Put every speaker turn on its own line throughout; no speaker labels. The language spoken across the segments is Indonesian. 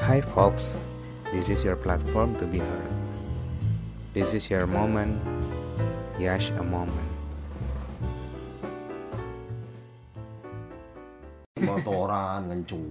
Hi folks, this is your platform to be heard. This is your moment, Yash a moment.
Motoran ngencu.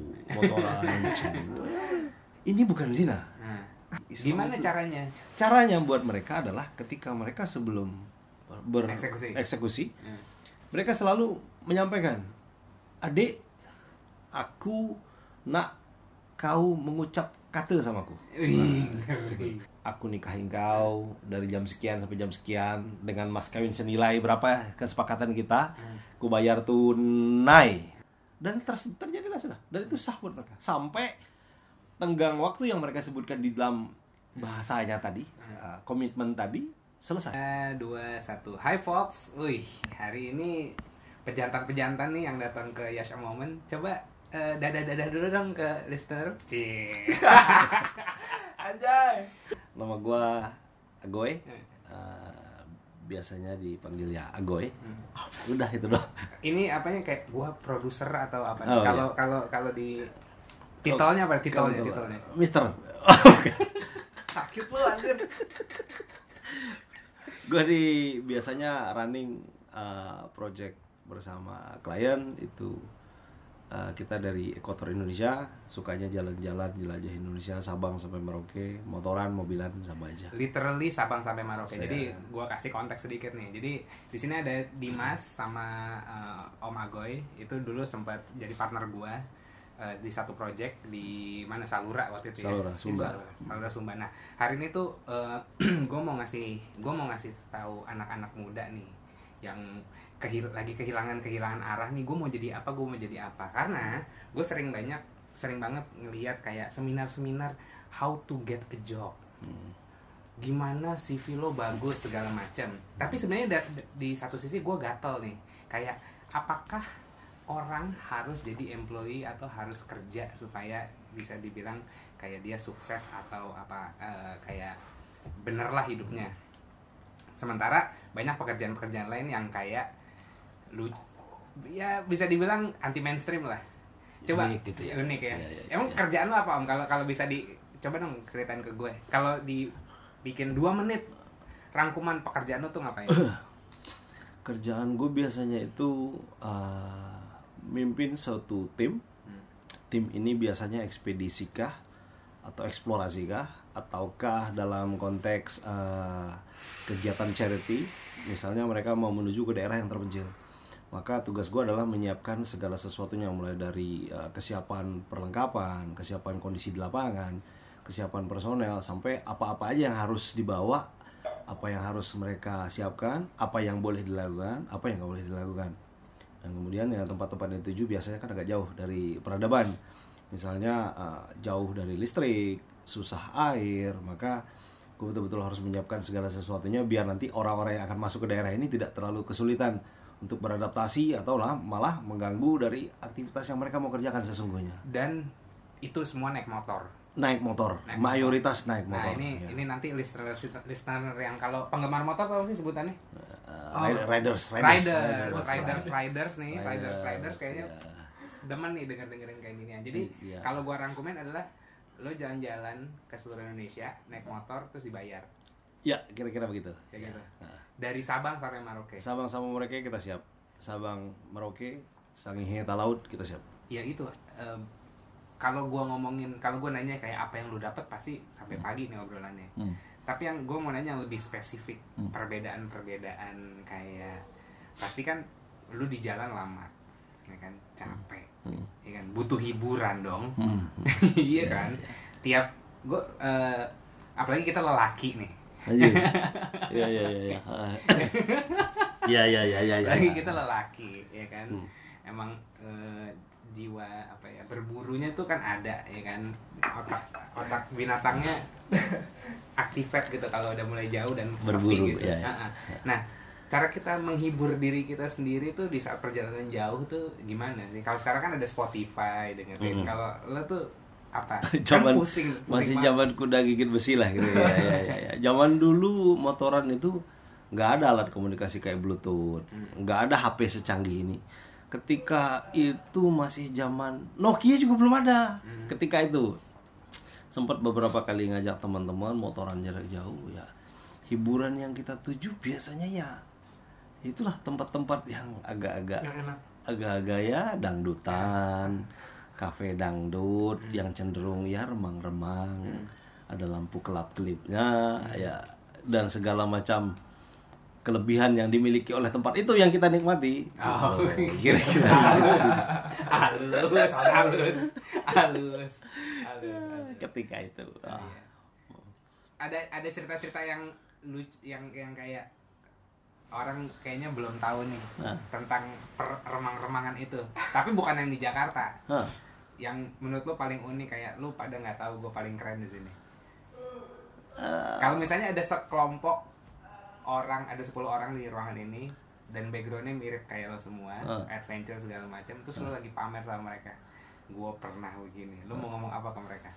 Ini bukan zina.
Gimana caranya?
Caranya buat mereka adalah ketika mereka sebelum bereksekusi, mereka selalu menyampaikan, adik, aku nak kau mengucap kata sama aku. Aku nikahin kau dari jam sekian sampai jam sekian dengan mas kawin senilai berapa kesepakatan kita, ku bayar tunai. Dan terjadilah sudah. Dan itu sah buat mereka. Sampai tenggang waktu yang mereka sebutkan di dalam bahasanya tadi, komitmen tadi, selesai.
2, 1. Hi folks. Wih, hari ini pejantan-pejantan nih yang datang ke Yash a Moment. Coba dadah-dadah dulu dong ke listener. Anjay.
Nama gua Agoy. Biasanya dipanggil ya Agoy. Udah itu doang.
Ini apanya kayak gua produser atau apa?
Oh,
Kalau di titelnya apa? Titelnya.
Mister.
Sakit lu anjir.
Gua biasanya running project bersama klien itu. Kita dari Ekotor Indonesia, sukanya jalan-jalan jelajah Indonesia, Sabang sampai Merauke, motoran, mobilan sama aja.
Literally Sabang sampai Merauke. Jadi gua kasih konteks sedikit nih. Jadi di sini ada Dimas sama Om Agoy. Itu dulu sempat jadi partner gua di satu project di mana Salura waktu itu
Salura,
ya.
Sumba.
Salura Sumba. Nah, hari ini tuh gua mau ngasih tahu anak-anak muda nih yang lagi kehilangan arah nih, gue mau jadi apa, karena gue sering banget ngelihat kayak seminar how to get a job, gimana CV lo bagus segala macam. Tapi sebenarnya di satu sisi gue gatel nih, kayak apakah orang harus jadi employee atau harus kerja supaya bisa dibilang kayak dia sukses atau apa, kayak bener lah hidupnya. Sementara banyak pekerjaan lain yang kayak lu ya bisa dibilang anti mainstream lah. Coba
unik gitu ya.
Unik ya. Emang kerjaan lu apa Om? Kalau bisa coba dong ceritain ke gue. Kalau dibikin 2 menit rangkuman pekerjaan lu tuh ngapain?
Kerjaan gue biasanya itu mimpin suatu tim. Tim ini biasanya ekspedisikah atau eksplorasikah ataukah dalam konteks kegiatan charity. Misalnya mereka mau menuju ke daerah yang terpencil. Maka tugas gue adalah menyiapkan segala sesuatunya, mulai dari kesiapan perlengkapan, kesiapan kondisi di lapangan, kesiapan personel, sampai apa-apa aja yang harus dibawa, apa yang harus mereka siapkan, apa yang boleh dilakukan, apa yang nggak boleh dilakukan. Dan kemudian ya tempat-tempat yang dituju biasanya kan agak jauh dari peradaban. Misalnya jauh dari listrik, susah air, maka gue betul-betul harus menyiapkan segala sesuatunya biar nanti orang-orang yang akan masuk ke daerah ini tidak terlalu kesulitan untuk beradaptasi atau malah mengganggu dari aktivitas yang mereka mau kerjakan sesungguhnya.
Dan itu semua naik motor.
Mayoritas naik motor.
Nah ini nanti listener yang kalau penggemar motor tahu sih sebutannya?
Riders
kayaknya demen nih dengerin kayak gini. Jadi kalau gua rangkumin adalah lo jalan-jalan ke seluruh Indonesia naik motor terus dibayar.
Ya, kira-kira begitu.
Kayak gitu. Dari Sabang sampai Merauke.
Sabang sama Merauke kita siap. Sabang, Merauke, Sangihe, Talaut kita siap.
Ya itu. Kalau gue nanya kayak apa yang lu dapat pasti sampai pagi nih obrolannya. Tapi yang gue mau nanya lebih spesifik, perbedaan kayak pasti kan lu di jalan lama, ya kan, capek, ya kan, butuh hiburan dong, iya kan. Tiap gue, apalagi kita lelaki nih.
Iya.
Lagi kita lelaki, ya kan. Emang jiwa apa ya, berburunya tuh kan ada, ya kan. Otak binatangnya aktifat gitu kalau udah mulai jauh dan
berburu
gitu. Nah, cara kita menghibur diri kita sendiri tuh di saat perjalanan jauh tuh gimana sih? Kalau sekarang kan ada Spotify dengerin. Kalau lo tuh apa?
Zaman,
kan pusing
masih
banget.
zaman kuda gigit besi lah gitu ya. Zaman dulu motoran itu nggak ada alat komunikasi kayak Bluetooth, nggak ada HP secanggih ini. Ketika itu masih zaman Nokia juga belum ada. Ketika itu sempat beberapa kali ngajak teman-teman motoran jarak jauh ya. Hiburan yang kita tuju biasanya ya itulah tempat-tempat yang agak-agak ya dangdutan, kafe dangdut yang cenderung ya remang-remang, ada lampu kelap-kelipnya ya, dan segala macam kelebihan yang dimiliki oleh tempat itu yang kita nikmati. Kira-kira
halus.
Ketika itu
ada cerita-cerita yang lucu yang kayak orang kayaknya belum tahu nih tentang remang-remangan itu, tapi bukan yang di Jakarta. Yang menurut lo paling unik, kayak lo pada nggak tahu gue paling keren di sini. Kalau misalnya ada sekelompok orang, ada 10 orang di ruangan ini dan backgroundnya mirip kayak lo semua, adventure segala macam, terus lo lagi pamer sama mereka, gue pernah begini, lo mau ngomong apa ke mereka?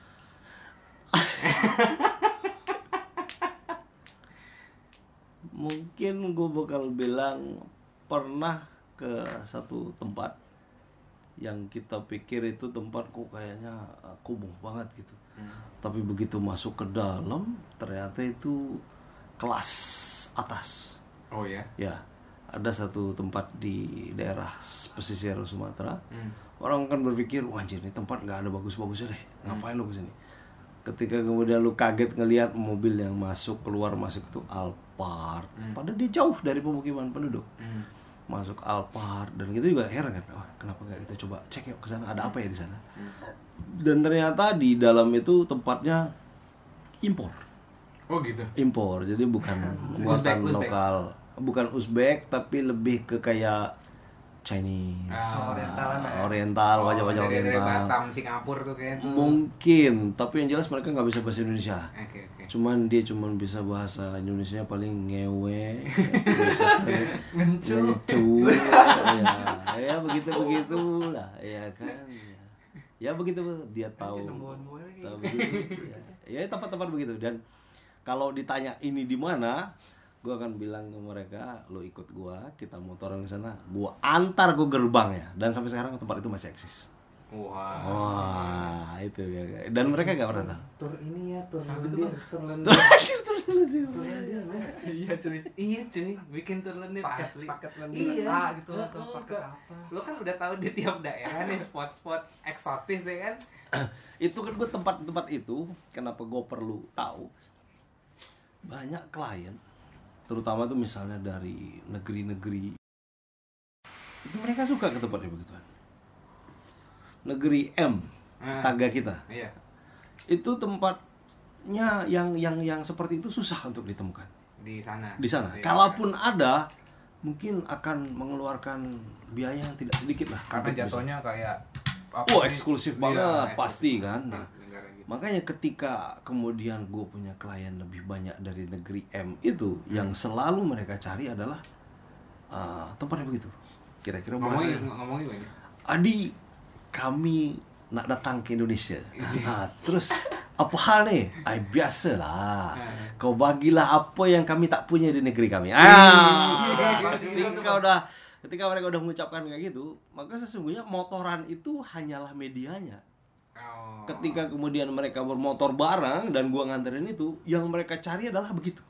Mungkin gue bakal bilang pernah ke satu tempat yang kita pikir itu tempat kok kayaknya kumuh banget gitu. Tapi begitu masuk ke dalam ternyata itu kelas atas.
Oh ya?
Ya, ada satu tempat di daerah pesisir Sumatera. Orang kan berpikir, wah anjir ini tempat nggak ada bagus-bagusnya deh. Ngapain lu kesini? Ketika kemudian lu kaget ngelihat mobil yang masuk itu Alphard, padahal dia jauh dari pemukiman penduduk. Masuk Alphard dan gitu juga heran kan, oh, kenapa nggak kita coba cek yuk ke sana, ada apa ya di sana? Dan ternyata di dalam itu tempatnya impor.
Oh gitu.
Impor, jadi bukan buatan lokal, bukan Uzbek tapi lebih ke kayak Chinese, Oriental, wajah-wajah Oriental.
Batam, Singapura tuh kayaknya tuh.
Mungkin, tapi yang jelas mereka nggak bisa bahasa Indonesia.
Okay.
Dia cuman bisa bahasa Indonesia paling ngewe, ngencu, ya begitu lah, ya kan. Ya begitu dia tahu. Ya tempat-tempat begitu. Dan kalau ditanya ini di mana, gue akan bilang ke mereka, lo ikut gue, kita motoran ke sana, gue antar ke gerbangnya, dan sampai sekarang tempat itu masih eksis. Wah, itu ya. Dan mereka gak pernah tahu.
Tur ini ya, tur lendir.
Iya cuy, bikin tur lendir asli.
Paket lendir gitu
atau paket apa. Lo kan udah tahu di tiap daerah nih spot-spot eksotis ya kan.
Itu kan gue tempat-tempat itu, kenapa gue perlu tahu? Banyak klien, terutama tuh misalnya dari negeri-negeri, itu mereka suka ke tempatnya begituan. Negeri M, tangga kita, itu tempatnya yang seperti itu susah untuk ditemukan
di sana.
Kalaupun ada, mungkin akan mengeluarkan biaya yang tidak sedikit lah.
Karena jatuhnya kayak
eksklusif banget, pasti kan. Nah, makanya ketika kemudian gue punya klien lebih banyak dari negeri M itu, yang selalu mereka cari adalah tempatnya begitu. Kira-kira
ngomongin
Adi, kami nak datang ke Indonesia. Terus apa hal nih? Biasa lah. Kau bagilah apa yang kami tak punya di negeri kami. Ketika mereka udah mengucapkan kayak gitu, maka sesungguhnya motoran itu hanyalah medianya. Ketika kemudian mereka bermotor bareng dan gua nganterin itu, yang mereka cari adalah begitu.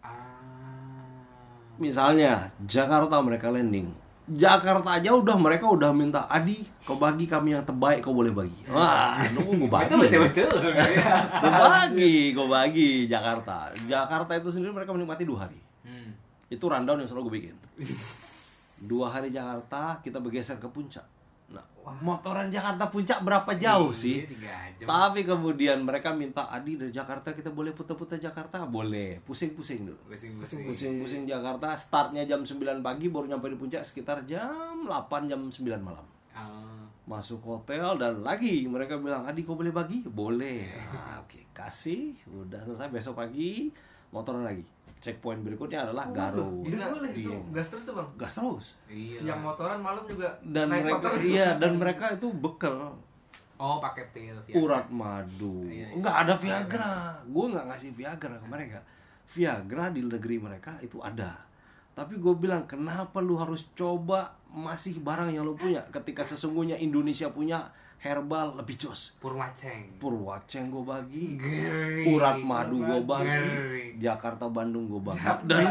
Misalnya Jakarta mereka landing. Jakarta aja mereka udah minta, Adi, kau bagi kami yang terbaik, kau boleh bagi. Wah, gue bagi.
Betul.
Gue bagi Jakarta. Jakarta itu sendiri mereka menikmati 2 hari. Itu rundown yang selalu gue bikin. 2 hari Jakarta, kita bergeser ke puncak. Nah, motoran Jakarta puncak berapa jauh sih?
3 jam.
Tapi kemudian mereka minta, Adi, dari Jakarta kita boleh putar-putar Jakarta? Boleh. Pusing-pusing dulu. Pusing-pusing Jakarta. Startnya jam 9 pagi, baru nyampe di puncak sekitar jam 8, jam 9 malam. Masuk hotel dan lagi mereka bilang, Adi, kau boleh bagi? Boleh. Nah, oke, kasih. Udah selesai, besok pagi motoran lagi. Checkpoint berikutnya adalah Garut.
Gas terus tuh bang?
Gas terus.
Siang motoran, malam juga.
Dan mereka itu bekal.
Pakai pil.
Urat madu. Enggak ada Viagra. Gue nggak ngasih Viagra ke mereka. Viagra di negeri mereka itu ada. Tapi gue bilang, kenapa lu harus coba masih barang yang lu punya ketika sesungguhnya Indonesia punya herbal lebih jos. Purwaceng gue bagi,
Ngeri.
urat madu gue bagi,
Ngeri.
Jakarta Bandung gue bagi,
Dan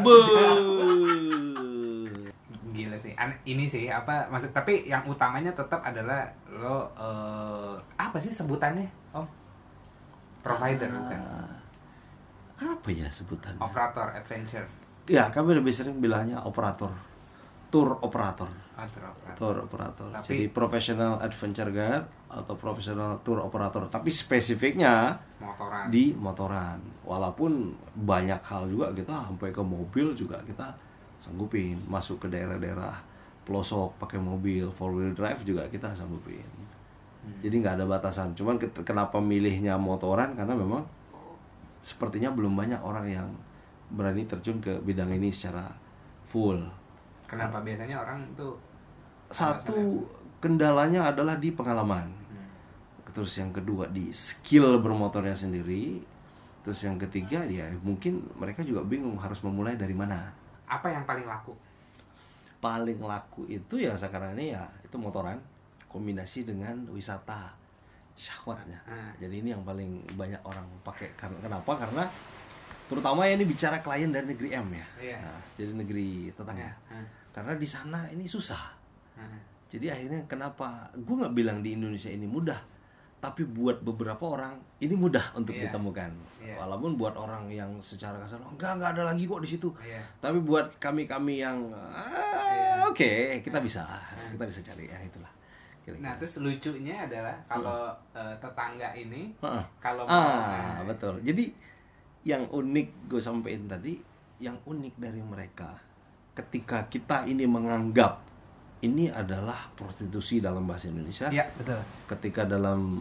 gila sih. Ini sih apa maksud, tapi yang utamanya tetap adalah lo apa sih sebutannya, Om? Provider bukan?
Apa ya sebutannya?
Operator adventure.
Ya, kami lebih sering bilangnya operator, tour operator.
Operator.
Tour operator.
Tapi-
Jadi professional adventure guide atau professional tour operator. Tapi spesifiknya
Motoran.
di motoran. Walaupun banyak hal juga kita sampai ke mobil juga kita sanggupin. Masuk ke daerah-daerah pelosok pakai mobil, 4-wheel drive juga kita sanggupin. Jadi nggak ada batasan. Cuman kenapa milihnya motoran? Karena memang sepertinya belum banyak orang yang berani terjun ke bidang ini secara full.
Kenapa biasanya orang tuh
Satu, kendalanya adalah di pengalaman. Terus yang kedua di skill bermotornya sendiri. Terus yang ketiga ya mungkin mereka juga bingung harus memulai dari mana.
apa yang paling laku?
Paling laku itu ya sekarang ini ya itu motoran kombinasi dengan wisata syahwatnya. Jadi ini yang paling banyak orang pakai. Kenapa? Karena terutama ya ini bicara klien dari negeri M ya.
Iya.
Nah, jadi negeri tetangga. Karena di sana ini susah. Jadi akhirnya kenapa gue nggak bilang di Indonesia ini mudah, tapi buat beberapa orang ini mudah untuk
Iya.
ditemukan.
Iya.
Walaupun buat orang yang secara kasar nggak ada lagi kok di situ.
Iya.
Tapi buat kami yang
Iya.
oke, kita bisa cari ya itulah. Kira-kira.
Nah, terus lucunya adalah kalau tetangga ini
Heeh.
kalau
Betul. Jadi yang unik gue sampein tadi, yang unik dari mereka ketika kita ini menganggap ini adalah prostitusi dalam bahasa Indonesia.
Iya, betul.
Ketika dalam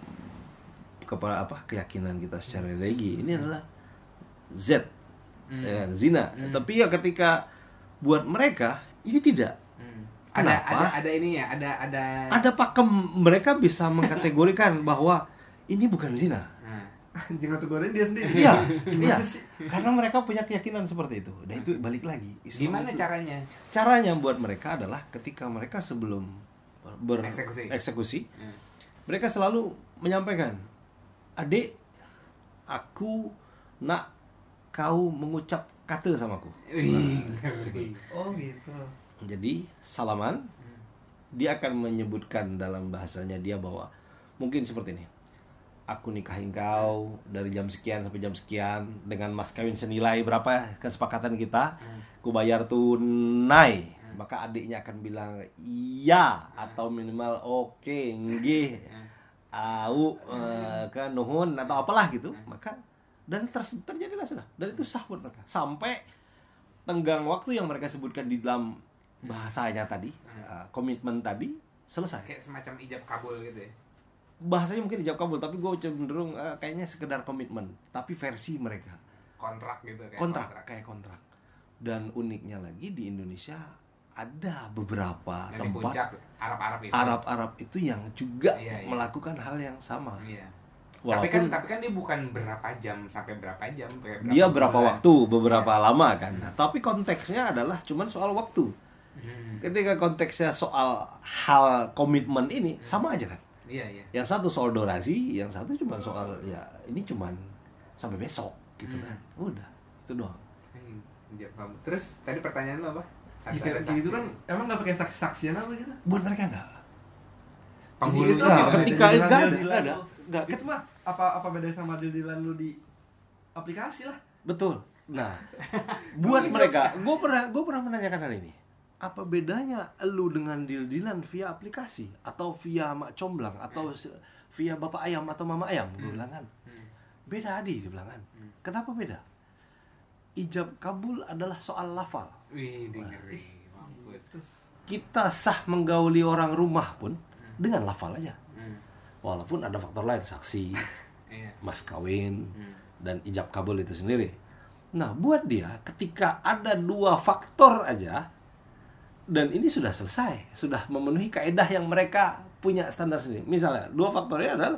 keyakinan kita secara religi ini adalah Z, ya, zina. Tapi ya ketika buat mereka ini tidak.
Ada ini ya,
Ada pakem, mereka bisa mengkategorikan bahwa ini bukan zina.
Anjing kategorinya dia sendiri.
Iya,
Gimana
iya.
sih?
Karena mereka punya keyakinan seperti itu. Dan itu balik lagi. Islam
Gimana
itu-
caranya?
Caranya buat mereka adalah ketika mereka sebelum
Eksekusi.
mereka selalu menyampaikan, adik, aku nak kau mengucap kata samaku.
Wih, ngeri.
Oh gitu.
Jadi salaman, dia akan menyebutkan dalam bahasanya dia bahwa mungkin seperti ini. Aku nikahin kau dari jam sekian sampai jam sekian dengan mas kawin senilai berapa kesepakatan kita, ku bayar tunai. Maka adiknya akan bilang iya atau minimal oke, nggih, au, kan nuhun atau apalah gitu. Maka dan terjadilah sudah. Dan itu sah buat mereka sampai tenggang waktu yang mereka sebutkan di dalam bahasanya tadi, komitmen tadi selesai.
Kayak semacam ijab kabul gitu ya.
Bahasanya mungkin dijawab kabul, tapi gue cenderung kayaknya sekedar komitmen, tapi versi mereka
Kontrak gitu kayak
kayak kontrak. Dan uniknya lagi di Indonesia ada beberapa
Yang di puncak
tempat
Arab itu.
Arab itu yang juga
Iya.
melakukan hal yang sama.
Iya.
Walaupun
Tapi kan dia bukan berapa jam sampai berapa jam, kayak
dia berapa
bulan.
waktu, beberapa lama kan. Nah, tapi konteksnya adalah cuman soal waktu. Ketika konteksnya soal hal komitmen ini sama aja kan.
Iya, iya.
Yang satu soal durasi, yang satu cuma soal ya ini cuman sampai besok gitu kan. Udah, itu doang.
Ijab kabul. Terus tadi pertanyaan lo apa? Harus
Kayak
ada
gitu
saksi.
kan emang nggak pakai saksi-saksian apa gitu?
Buat mereka enggak.
Penghulu
Jadi
itu
itu
Nah,
apa
ketika
bedanya
enggak
dengan
ada,
deal-dealan
enggak ada.
lu?
Enggak,
Itu mah apa beda sama deal-dealan lu di aplikasi lah.
betul. Nah, buat mereka, gue pernah menanyakan hal ini. Apa bedanya lu dengan deal-dealan via aplikasi atau via mak comblang atau via bapak ayam atau mama ayam? Gue bilang kan. Beda Adi, dia bilang kan. Kenapa beda? Ijab kabul adalah soal lafal.
Wih, ngeri. Mampus.
Kita sah menggauli orang rumah pun dengan lafal aja. Walaupun ada faktor lain, saksi,
Iya.
mas kawin, dan ijab kabul itu sendiri. Nah, buat dia ketika ada dua faktor aja, dan ini sudah selesai, sudah memenuhi kaedah yang mereka punya standar sendiri. Misalnya, dua faktornya adalah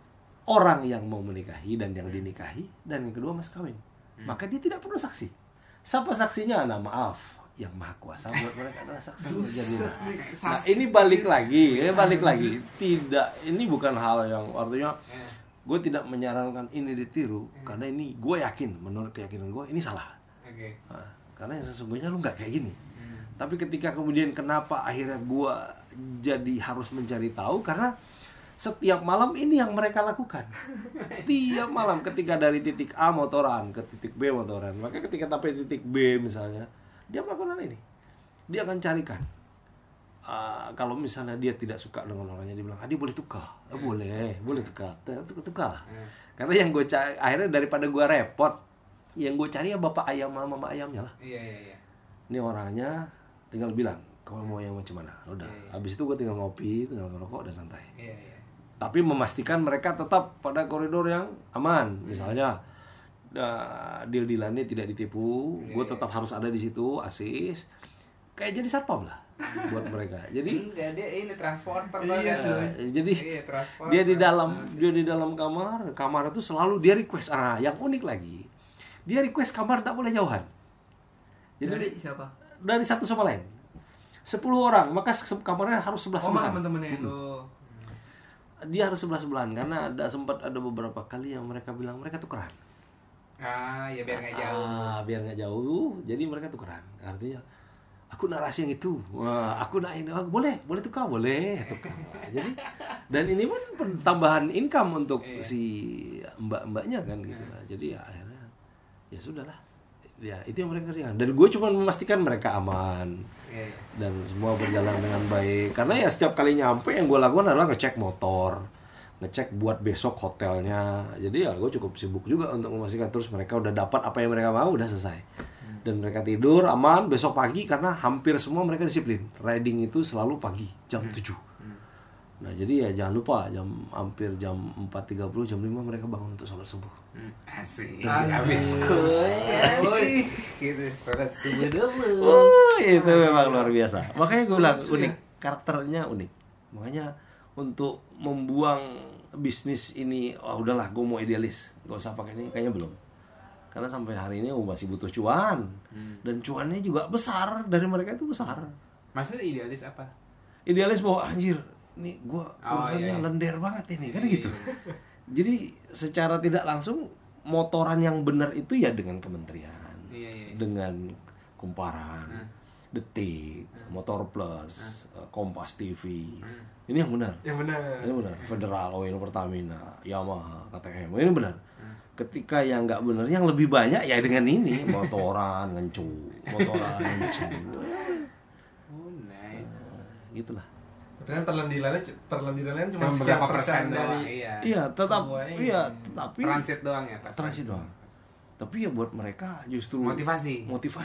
orang yang mau menikahi dan yang dinikahi, dan yang kedua mas kawin. Maka dia tidak perlu saksi. Siapa saksinya? Nah maaf, yang maha kuasa buat mereka adalah saksinya. Jadi nah ini balik lagi. Tidak, ini bukan hal yang artinya gue tidak menyarankan ini ditiru, karena ini gue yakin, menurut keyakinan gue ini salah. Nah, karena yang sesungguhnya lu nggak kayak gini. Tapi ketika kemudian kenapa akhirnya gue jadi harus mencari tahu, karena setiap malam ini yang mereka lakukan. Tiap malam ketika dari titik A motoran ke titik B motoran, maka ketika sampai titik B misalnya, dia melakukan ini. Dia akan carikan. Kalau misalnya dia tidak suka dengan orangnya, dia bilang, dia boleh tukar. Boleh tukar lah. Karena yang gue cari, akhirnya daripada gue repot, yang gue cari ya bapak ayam sama mama ayamnya lah.
Iya.
Ini orangnya tinggal bilang, kamu mau yang macam mana? Udah. Habis itu gue tinggal ngopi, tinggal ngerokok dan santai.
Iya.
Tapi memastikan mereka tetap pada koridor yang aman. Misalnya deal-dealannya tidak ditipu, gue tetap harus ada di situ, asis. Kayak jadi satpam lah buat mereka. Jadi
dia ini transporter
jadi dia di dalam kamar itu selalu dia request. Yang unik lagi, dia request kamar tak boleh jauhan. Jadi
Dari siapa?
Dari satu sama lain. 10 orang, maka kamarnya harus sebelah-sebelahan.
Teman-temannya itu.
Dia harus sebelah-sebelahan karena sempat ada beberapa kali yang mereka bilang mereka tukeran.
Ya biar nggak jauh.
Biar nggak jauh, jadi mereka tukeran. Artinya aku narasi yang itu, aku nak ini, boleh tukar. Jadi dan ini pun tambahan income untuk si mbak-mbaknya kan gitu. Jadi akhirnya ya sudahlah. Ya itu yang mereka kerjakan. Dan gue cuma memastikan mereka aman dan semua berjalan dengan baik. Karena ya setiap kali nyampe yang gue lakukan adalah ngecek motor, ngecek buat besok hotelnya. Jadi ya gue cukup sibuk juga untuk memastikan terus mereka udah dapat apa yang mereka mau, udah selesai. Dan mereka tidur aman besok pagi karena hampir semua mereka disiplin. Riding itu selalu pagi jam 7. Nah jadi ya jangan lupa hampir jam 4.30, jam 5 mereka bangun untuk sholat subuh.
Asik. Habis gitu sholat subuh dulu.
Itu memang luar biasa. Makanya gue bilang unik, karakternya unik. Makanya untuk membuang bisnis ini, udahlah gue mau idealis, gak usah pakai ini, kayaknya belum. Karena sampai hari ini masih butuh cuan. Dan cuannya juga besar, dari mereka itu besar.
Maksudnya idealis apa?
Idealis bahwa anjir, ini gue urusannya lender banget ini, kan gitu. Jadi secara tidak langsung motoran yang benar itu ya dengan kementerian, dengan Kumparan, Detik, Motor Plus, Kompas TV. Ini yang benar. Ini benar. Federal Oil, Pertamina, Yamaha, KTM. Ini benar. Ketika yang nggak benar, yang lebih banyak ya dengan ini motoran ngencu. Gitulah.
Tapi kan terlendirannya cuma
berapa
sekian persen
doang,
dari
tapi
transit doang ya pas.
Transit doang. Tapi ya buat mereka justru motivasi.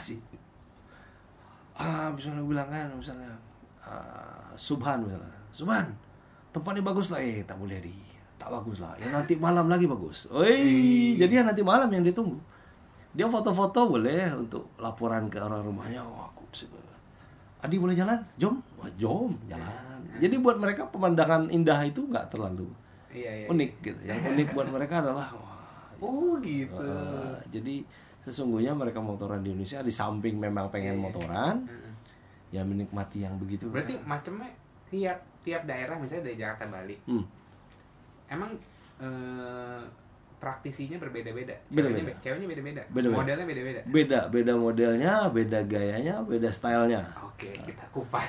Misalnya bilang kan, misalnya Subhan, tempatnya bagus lah, tak boleh tak bagus lah. Ya nanti malam lagi bagus. Jadi ya nanti malam yang ditunggu. Dia foto-foto boleh untuk laporan ke orang rumahnya. Adi boleh jalan? Jom jalan. Jadi buat mereka pemandangan indah itu nggak terlalu unik gitu. Yang unik buat mereka adalah
gitu.
Jadi sesungguhnya mereka motoran di Indonesia di samping memang pengen motoran, ya menikmati yang begitu.
Berarti macamnya tiap daerah, misalnya dari Jakarta Bali. Emang praktisinya berbeda-beda. Ceweknya beda-beda. Modelnya beda-beda.
Beda modelnya, beda gayanya, beda stylenya.
Oke, kita kupas.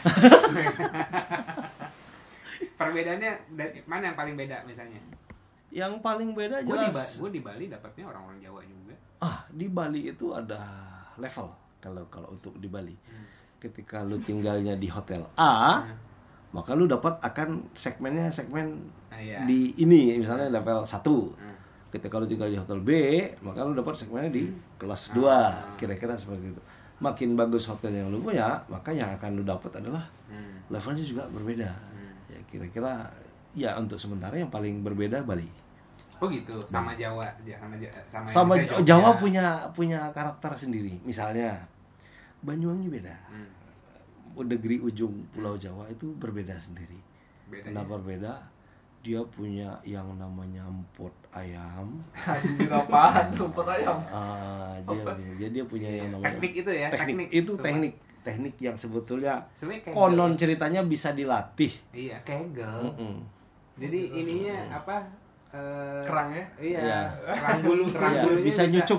Perbedaannya dari mana yang paling beda misalnya?
Yang paling beda jelas.
Gue di Bali dapatnya orang-orang Jawa juga.
Di Bali itu ada level kalau untuk di Bali. Ketika lu tinggalnya di hotel A, maka lu dapat akan segmen di ini misalnya level 1. Ketika lu tinggal di hotel B, maka lu dapat segmennya di kelas 2, kira-kira seperti itu. Makin bagus hotel yang lu punya, maka yang akan lu dapat adalah levelnya juga berbeda. Ya kira-kira ya untuk sementara yang paling berbeda Bali.
Oh gitu, sama Jawa,
sama Jawa punya karakter sendiri. Misalnya Banyuwangi beda. Negeri ujung Pulau Jawa itu berbeda sendiri. Kenapa berbeda? dia punya yang namanya empot ayam.
Anjir apaan tuh pot ayam?
Dia punya yang namanya
Teknik itu ya,
teknik itu teknik yang sebetulnya
Sebenarnya kegel.
konon ceritanya bisa dilatih.
Iya, kegel.
Mm-mm.
Jadi ininya apa?
Kerang ya?
Iya, kerang bulu
Iya, bisa nyucup.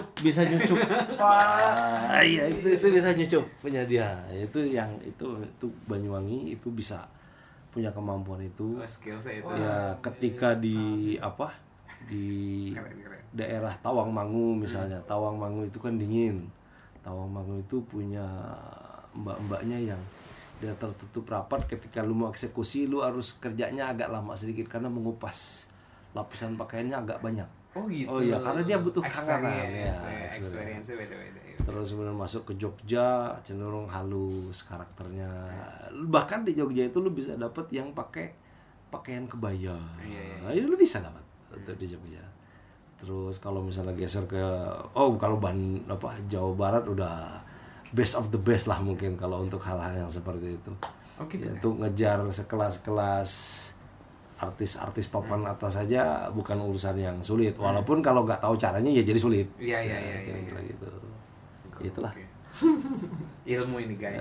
Iya, itu bisa nyucup punya dia. Itu Banyuwangi itu bisa punya kemampuan itu.
Oh, skill saya itu.
Ya, ketika di
Keren.
daerah Tawangmangu misalnya. Tawangmangu itu kan dingin. Tawangmangu itu punya mbak-mbaknya yang dia tertutup rapat. Ketika lu mau eksekusi, lu harus kerjanya agak lama sedikit karena mengupas lapisan pakaiannya agak banyak.
Oh gitu.
Oh iya, karena dia butuh hangaran ya.
Experience beda-beda.
Terus kemudian masuk ke Jogja cenderung halus karakternya. Bahkan di Jogja itu lu bisa dapat yang pakai pakaian kebaya.
Iya.
Lu bisa dapat untuk di Jogja. Terus kalau misalnya geser ke kalau Jawa Barat udah best of the best lah mungkin kalau untuk hal-hal yang seperti itu.
Oh gitu.
Ya, untuk ngejar sekelas-kelas artis-artis papan atas saja bukan urusan yang sulit. Walaupun kalau nggak tahu caranya ya jadi sulit.
Iya.
Kira-kira gitu. Itulah.
Ilmu ini guys.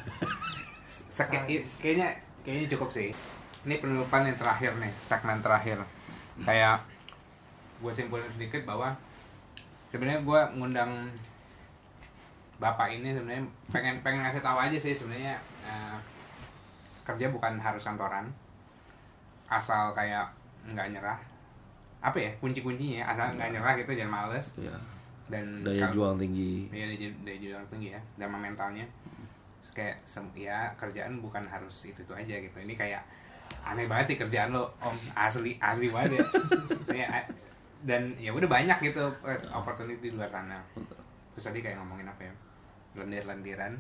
Kayaknya cukup sih. Ini penutupan yang terakhir nih, segmen terakhir. Kayak gue simpulin sedikit bahwa sebenarnya gue ngundang bapak ini sebenarnya pengen ngasih tahu aja sih sebenarnya kerja bukan harus kantoran. Asal kayak nggak nyerah, apa ya kuncinya asal nggak nyerah gitu, jangan males
Ya.
dan
Daya juang tinggi.
ya daya juang tinggi ya, sama mentalnya. Kayak kerjaan bukan harus itu aja gitu. Ini kayak aneh banget sih kerjaan lo om, asli banget ya. Dan ya udah banyak gitu opportunity di luar sana. Terus tadi kayak ngomongin apa ya, lendir-lendiran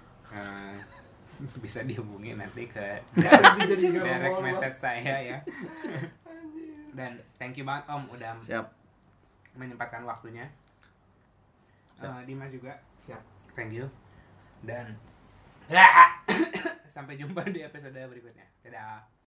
bisa dihubungi nanti ke direct message saya ya. Dan thank you banget Om udah
Siap.
menyempatkan waktunya. Dimas juga siap, thank you. Dan sampai jumpa di episode berikutnya. Dadah.